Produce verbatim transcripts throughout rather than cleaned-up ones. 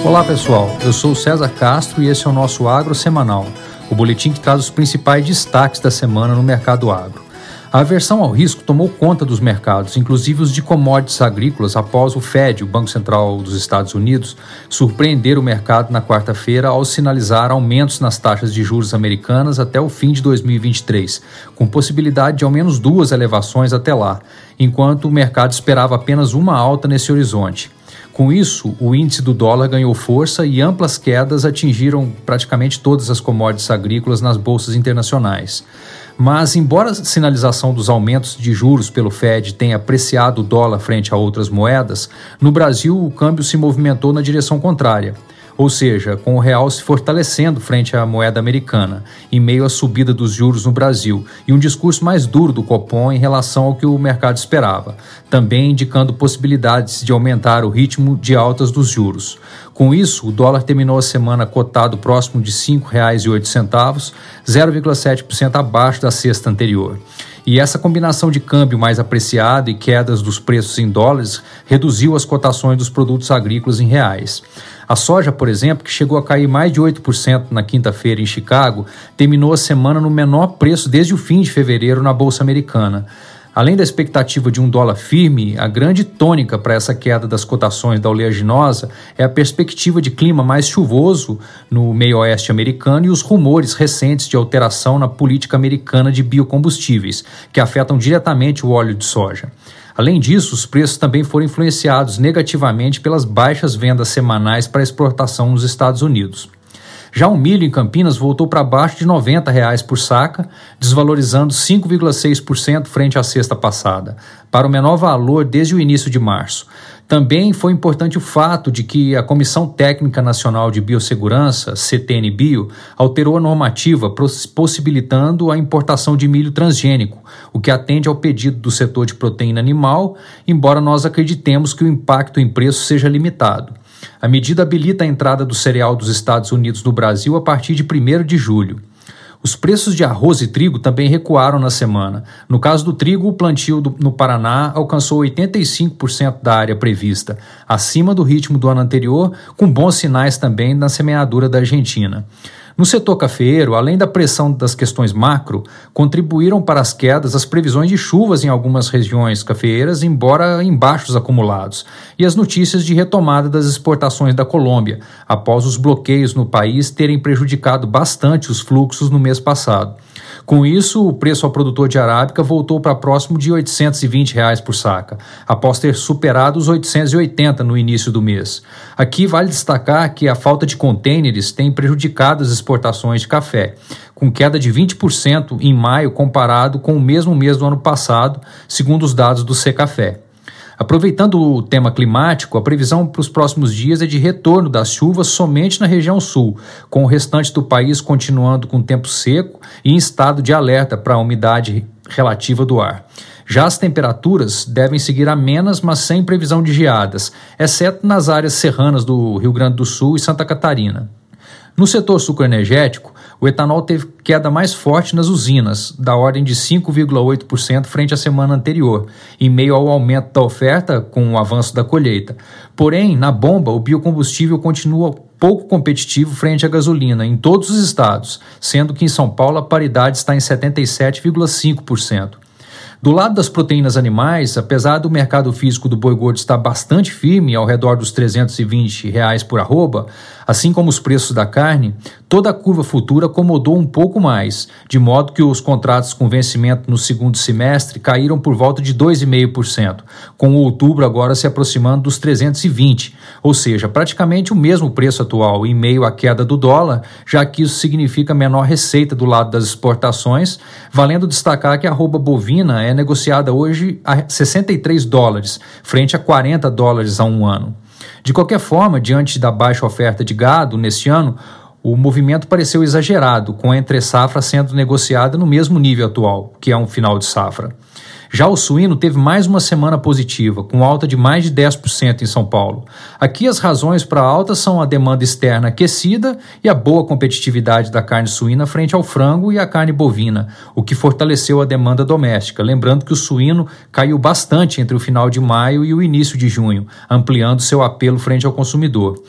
Olá pessoal, eu sou o César Castro e esse é o nosso Agro Semanal, o boletim que traz os principais destaques da semana no mercado agro. A aversão ao risco tomou conta dos mercados, inclusive os de commodities agrícolas, após o Fed, o Banco Central dos Estados Unidos, surpreender o mercado na quarta-feira ao sinalizar aumentos nas taxas de juros americanas até o fim de dois mil e vinte e três, com possibilidade de ao menos duas elevações até lá, enquanto o mercado esperava apenas uma alta nesse horizonte. Com isso, o índice do dólar ganhou força e amplas quedas atingiram praticamente todas as commodities agrícolas nas bolsas internacionais. Mas, embora a sinalização dos aumentos de juros pelo Fed tenha apreciado o dólar frente a outras moedas, no Brasil o câmbio se movimentou na direção contrária, ou seja, com o real se fortalecendo frente à moeda americana, em meio à subida dos juros no Brasil e um discurso mais duro do Copom em relação ao que o mercado esperava, também indicando possibilidades de aumentar o ritmo de altas dos juros. Com isso, o dólar terminou a semana cotado próximo de cinco reais e oito centavos, zero vírgula sete por cento abaixo da sexta anterior. E essa combinação de câmbio mais apreciado e quedas dos preços em dólares reduziu as cotações dos produtos agrícolas em reais. A soja, por exemplo, que chegou a cair mais de oito por cento na quinta-feira em Chicago, terminou a semana no menor preço desde o fim de fevereiro na Bolsa Americana. Além da expectativa de um dólar firme, a grande tônica para essa queda das cotações da oleaginosa é a perspectiva de clima mais chuvoso no meio oeste americano e os rumores recentes de alteração na política americana de biocombustíveis, que afetam diretamente o óleo de soja. Além disso, os preços também foram influenciados negativamente pelas baixas vendas semanais para exportação nos Estados Unidos. Já o milho em Campinas voltou para baixo de noventa reais por saca, desvalorizando cinco vírgula seis por cento frente à sexta passada, para o menor valor desde o início de março. Também foi importante o fato de que a Comissão Técnica Nacional de Biossegurança, C T N Bio, alterou a normativa possibilitando a importação de milho transgênico, o que atende ao pedido do setor de proteína animal, embora nós acreditemos que o impacto em preço seja limitado. A medida habilita a entrada do cereal dos Estados Unidos no Brasil a partir de primeiro de julho. Os preços de arroz e trigo também recuaram na semana. No caso do trigo, o plantio do, no Paraná alcançou oitenta e cinco por cento da área prevista, acima do ritmo do ano anterior, com bons sinais também na semeadura da Argentina. No setor cafeeiro, além da pressão das questões macro, contribuíram para as quedas as previsões de chuvas em algumas regiões cafeeiras, embora em baixos acumulados, e as notícias de retomada das exportações da Colômbia, após os bloqueios no país terem prejudicado bastante os fluxos no mês passado. Com isso, o preço ao produtor de arábica voltou para próximo de oitocentos e vinte reais por saca, após ter superado os oitocentos e oitenta no início do mês. Aqui vale destacar que a falta de contêineres tem prejudicado as exportações de café, com queda de vinte por cento em maio comparado com o mesmo mês do ano passado, segundo os dados do Secafé. Aproveitando o tema climático, a previsão para os próximos dias é de retorno das chuvas somente na região sul, com o restante do país continuando com tempo seco e em estado de alerta para a umidade relativa do ar. Já as temperaturas devem seguir amenas, mas sem previsão de geadas, exceto nas áreas serranas do Rio Grande do Sul e Santa Catarina. No setor sucroenergético, o etanol teve queda mais forte nas usinas, da ordem de cinco vírgula oito por cento frente à semana anterior, em meio ao aumento da oferta com o avanço da colheita. Porém, na bomba, o biocombustível continua pouco competitivo frente à gasolina em todos os estados, sendo que em São Paulo a paridade está em setenta e sete vírgula cinco por cento. Do lado das proteínas animais, apesar do mercado físico do boi gordo estar bastante firme, ao redor dos trezentos e vinte reais por arroba, assim como os preços da carne, toda a curva futura acomodou um pouco mais, de modo que os contratos com vencimento no segundo semestre caíram por volta de dois vírgula cinco por cento, com o outubro agora se aproximando dos trezentos e vinte, ou seja, praticamente o mesmo preço atual em meio à queda do dólar, já que isso significa menor receita do lado das exportações, valendo destacar que a arroba bovina é negociada hoje a sessenta e três dólares, frente a quarenta dólares há um ano. De qualquer forma, diante da baixa oferta de gado neste ano, o movimento pareceu exagerado, com a entre-safra sendo negociada no mesmo nível atual, que é um final de safra. Já o suíno teve mais uma semana positiva, com alta de mais de dez por cento em São Paulo. Aqui as razões para a alta são a demanda externa aquecida e a boa competitividade da carne suína frente ao frango e à carne bovina, o que fortaleceu a demanda doméstica. Lembrando que o suíno caiu bastante entre o final de maio e o início de junho, ampliando seu apelo frente ao consumidor.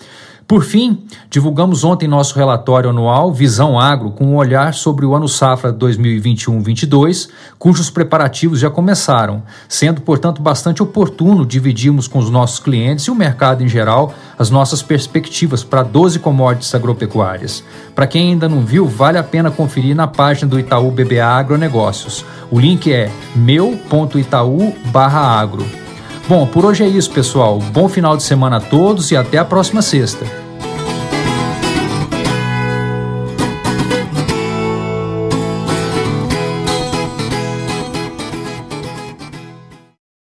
Por fim, divulgamos ontem nosso relatório anual Visão Agro, com um olhar sobre o ano safra dois mil e vinte e um vinte e dois, cujos preparativos já começaram, sendo, portanto, bastante oportuno dividirmos com os nossos clientes e o mercado em geral as nossas perspectivas para doze commodities agropecuárias. Para quem ainda não viu, vale a pena conferir na página do Itaú B B A Agronegócios. O link é meu ponto itaú barra agro. Bom, por hoje é isso, pessoal. Bom final de semana a todos e até a próxima sexta.